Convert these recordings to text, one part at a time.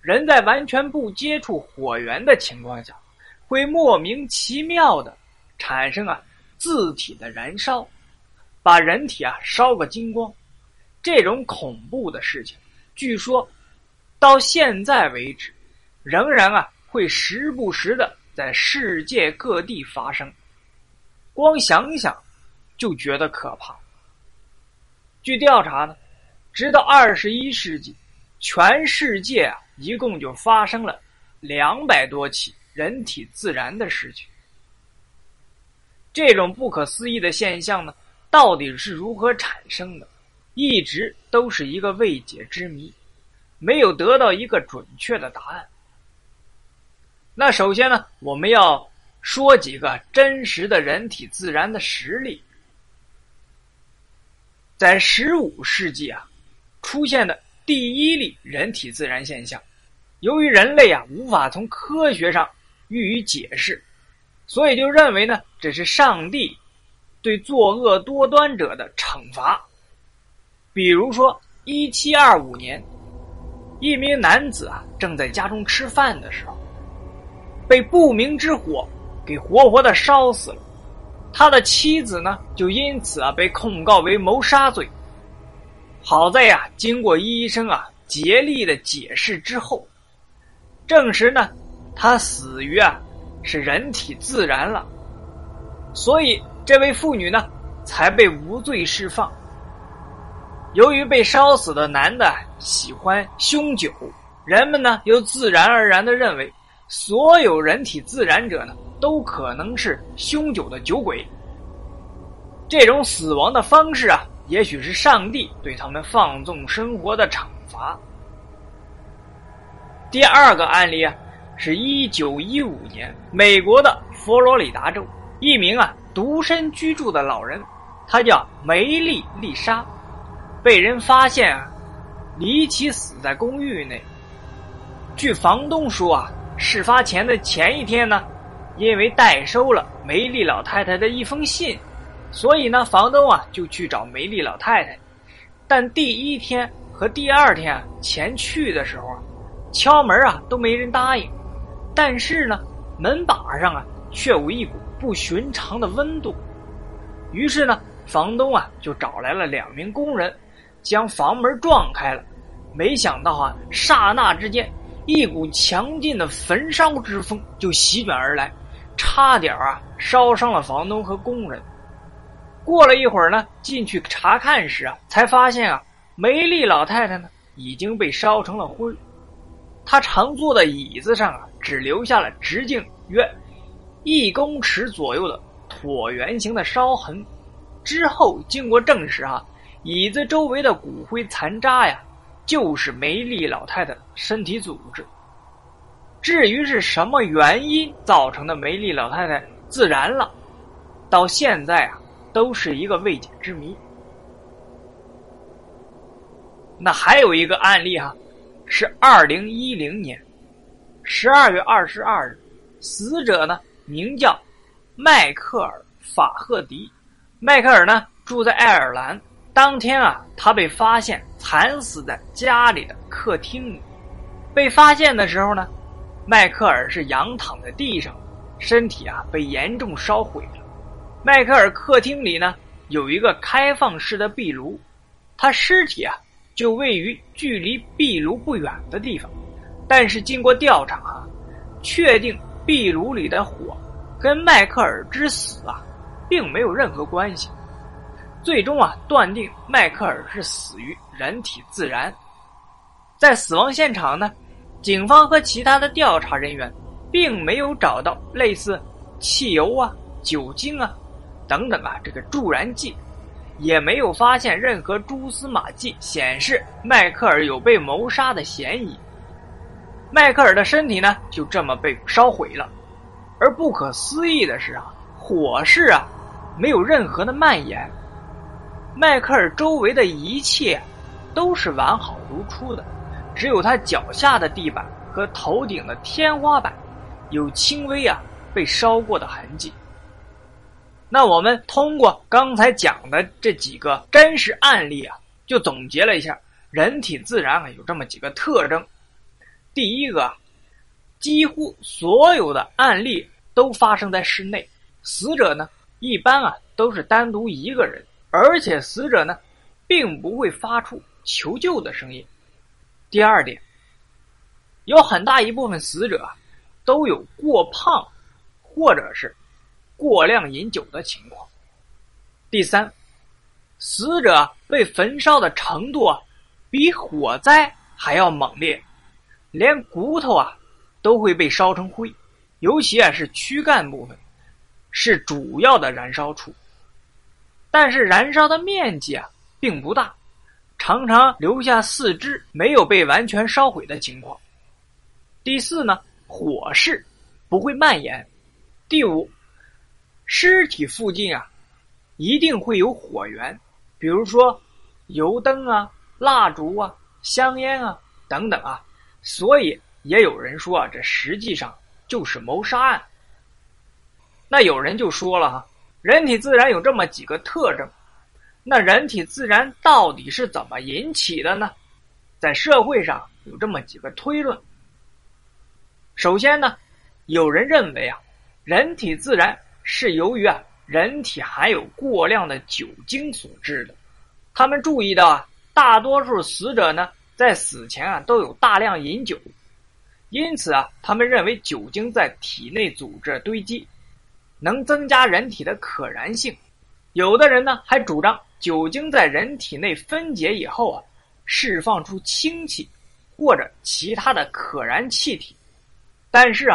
人在完全不接触火源的情况下，会莫名其妙的产生自体的燃烧，把人体烧个精光。这种恐怖的事情，据说到现在为止，仍然会时不时的在世界各地发生。光想想就觉得可怕。据调查呢，直到21世纪，全世界一共就发生了200多起人体自燃的事情。这种不可思议的现象呢，到底是如何产生的，一直都是一个未解之谜，没有得到一个准确的答案。那首先呢，我们要说几个真实的人体自燃的实例。在15世纪出现的第一例人体自燃现象，由于人类无法从科学上予以解释，所以就认为呢，这是上帝对作恶多端者的惩罚。比如说1725年，一名男子正在家中吃饭的时候，被不明之火给活活的烧死了。他的妻子呢，就因此被控告为谋杀罪。好在经过医生竭力的解释之后，证实呢，他死于是人体自燃了，所以这位妇女呢才被无罪释放。由于被烧死的男的喜欢凶酒，人们呢又自然而然地认为所有人体自燃者呢都可能是凶酒的酒鬼。这种死亡的方式也许是上帝对他们放纵生活的惩罚。第二个案例是1915年美国的佛罗里达州，一名独身居住的老人，他叫梅丽丽莎，被人发现离奇死在公寓内。据房东说事发前的前一天呢，因为代收了梅丽老太太的一封信，所以呢房东就去找梅丽老太太。但第一天和第二天前去的时候敲门都没人答应，但是呢门把上却有一股不寻常的温度。于是呢房东就找来了2名工人，将房门撞开了。没想到刹那之间，一股强劲的焚烧之风就席卷而来，差点烧伤了房东和工人。过了一会儿呢，进去查看时才发现梅丽老太太呢已经被烧成了灰。她常坐的椅子上只留下了直径约1公尺左右的椭圆形的烧痕。之后经过证实椅子周围的骨灰残渣就是梅丽老太太的身体组织。至于是什么原因造成的梅丽老太太自燃了，到现在都是一个未解之谜。那还有一个案例是2010年12月22日，死者呢名叫迈克尔·法赫迪。迈克尔呢住在爱尔兰，当天他被发现惨死在家里的客厅里。被发现的时候呢，迈克尔是仰躺在地上，身体被严重烧毁了。迈克尔客厅里呢有一个开放式的壁炉，他尸体就位于距离壁炉不远的地方。但是经过调查确定壁炉里的火跟迈克尔之死并没有任何关系。最终断定迈克尔是死于人体自燃。在死亡现场呢，警方和其他的调查人员并没有找到类似汽油酒精等等这个助燃剂，也没有发现任何蛛丝马迹显示迈克尔有被谋杀的嫌疑。迈克尔的身体呢就这么被烧毁了。而不可思议的是火势没有任何的蔓延，迈克尔周围的一切都是完好如初的，只有他脚下的地板和头顶的天花板有轻微被烧过的痕迹。那我们通过刚才讲的这几个真实案例就总结了一下人体自燃有这么几个特征。 第一个，几乎所有的案例都发生在室内，死者呢一般都是单独一个人，而且死者呢并不会发出求救的声音。第二点，有很大一部分死者都有过胖或者是过量饮酒的情况。第三，死者被焚烧的程度比火灾还要猛烈，连骨头都会被烧成灰，尤其是躯干部分是主要的燃烧处，但是燃烧的面积并不大，常常留下四肢没有被完全烧毁的情况。第四呢，火势不会蔓延。第五，尸体附近一定会有火源，比如说油灯蜡烛香烟等等所以也有人说这实际上就是谋杀案。那有人就说了人体自燃有这么几个特征，那人体自燃到底是怎么引起的呢？在社会上有这么几个推论。首先呢，有人认为人体自燃是由于人体含有过量的酒精所致的。他们注意到大多数死者呢在死前都有大量饮酒，因此他们认为酒精在体内组织堆积，能增加人体的可燃性。有的人呢还主张酒精在人体内分解以后释放出氢气或者其他的可燃气体。但是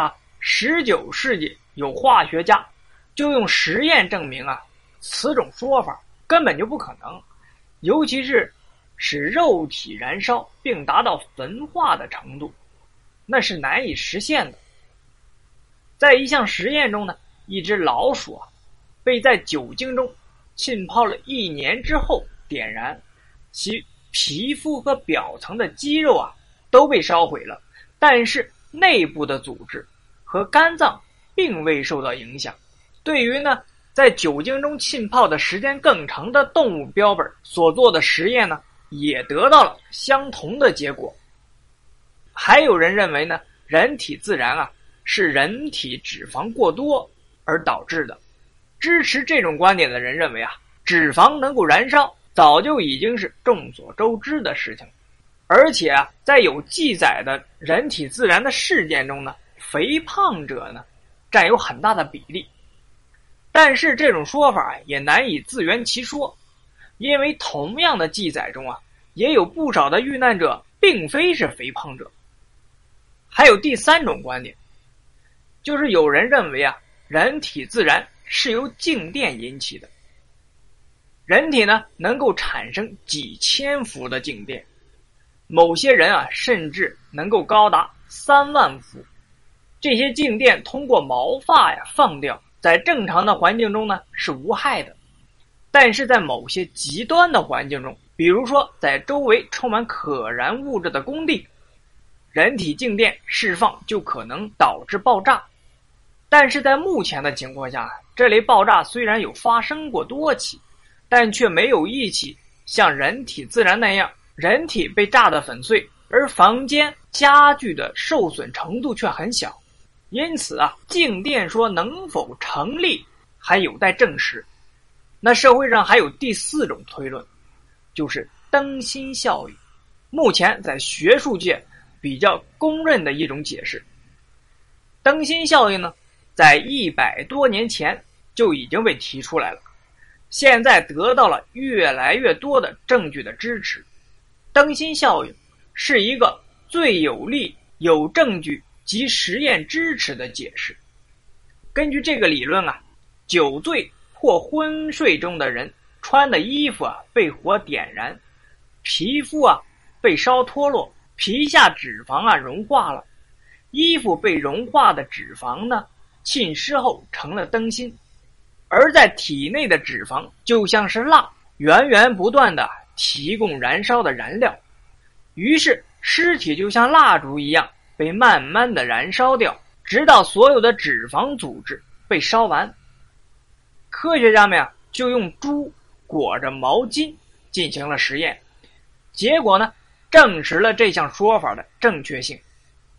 19世纪有化学家就用实验证明此种说法根本就不可能，尤其是使肉体燃烧并达到焚化的程度，那是难以实现的。在一项实验中呢，一只老鼠被在酒精中浸泡了1年之后点燃，其皮肤和表层的肌肉都被烧毁了，但是内部的组织和肝脏并未受到影响。对于呢在酒精中浸泡的时间更长的动物标本所做的实验呢，也得到了相同的结果。还有人认为呢，人体自燃是人体脂肪过多而导致的。支持这种观点的人认为脂肪能够燃烧早就已经是众所周知的事情，而且在有记载的人体自燃的事件中呢，肥胖者呢占有很大的比例。但是这种说法也难以自圆其说，因为同样的记载中也有不少的遇难者并非是肥胖者。还有第三种观点，就是有人认为人体自燃是由静电引起的。人体呢能够产生几千伏的静电，某些人甚至能够高达3万伏。这些静电通过毛发放掉，在正常的环境中呢是无害的，但是在某些极端的环境中，比如说在周围充满可燃物质的工地，人体静电释放就可能导致爆炸。但是在目前的情况下，这类爆炸虽然有发生过多起，但却没有一起像人体自燃那样，人体被炸得粉碎，而房间家具的受损程度却很小。因此静电说能否成立还有待证实。那社会上还有第四种推论，就是灯芯效应，目前在学术界比较公认的一种解释。灯芯效应呢，在100多年前就已经被提出来了，现在得到了越来越多的证据的支持。灯芯效应是一个最有力、有证据及实验支持的解释。根据这个理论酒醉或昏睡中的人穿的衣服被火点燃，皮肤被烧脱落，皮下脂肪融化了，衣服被融化的脂肪呢浸湿后成了灯芯，而在体内的脂肪就像是蜡，源源不断的提供燃烧的燃料，于是尸体就像蜡烛一样被慢慢的燃烧掉，直到所有的脂肪组织被烧完。科学家们就用猪裹着毛巾进行了实验，结果呢证实了这项说法的正确性。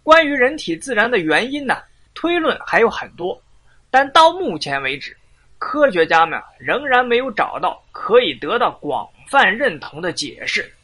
关于人体自燃的原因呢，推论还有很多，但到目前为止，科学家们仍然没有找到可以得到广泛认同的解释。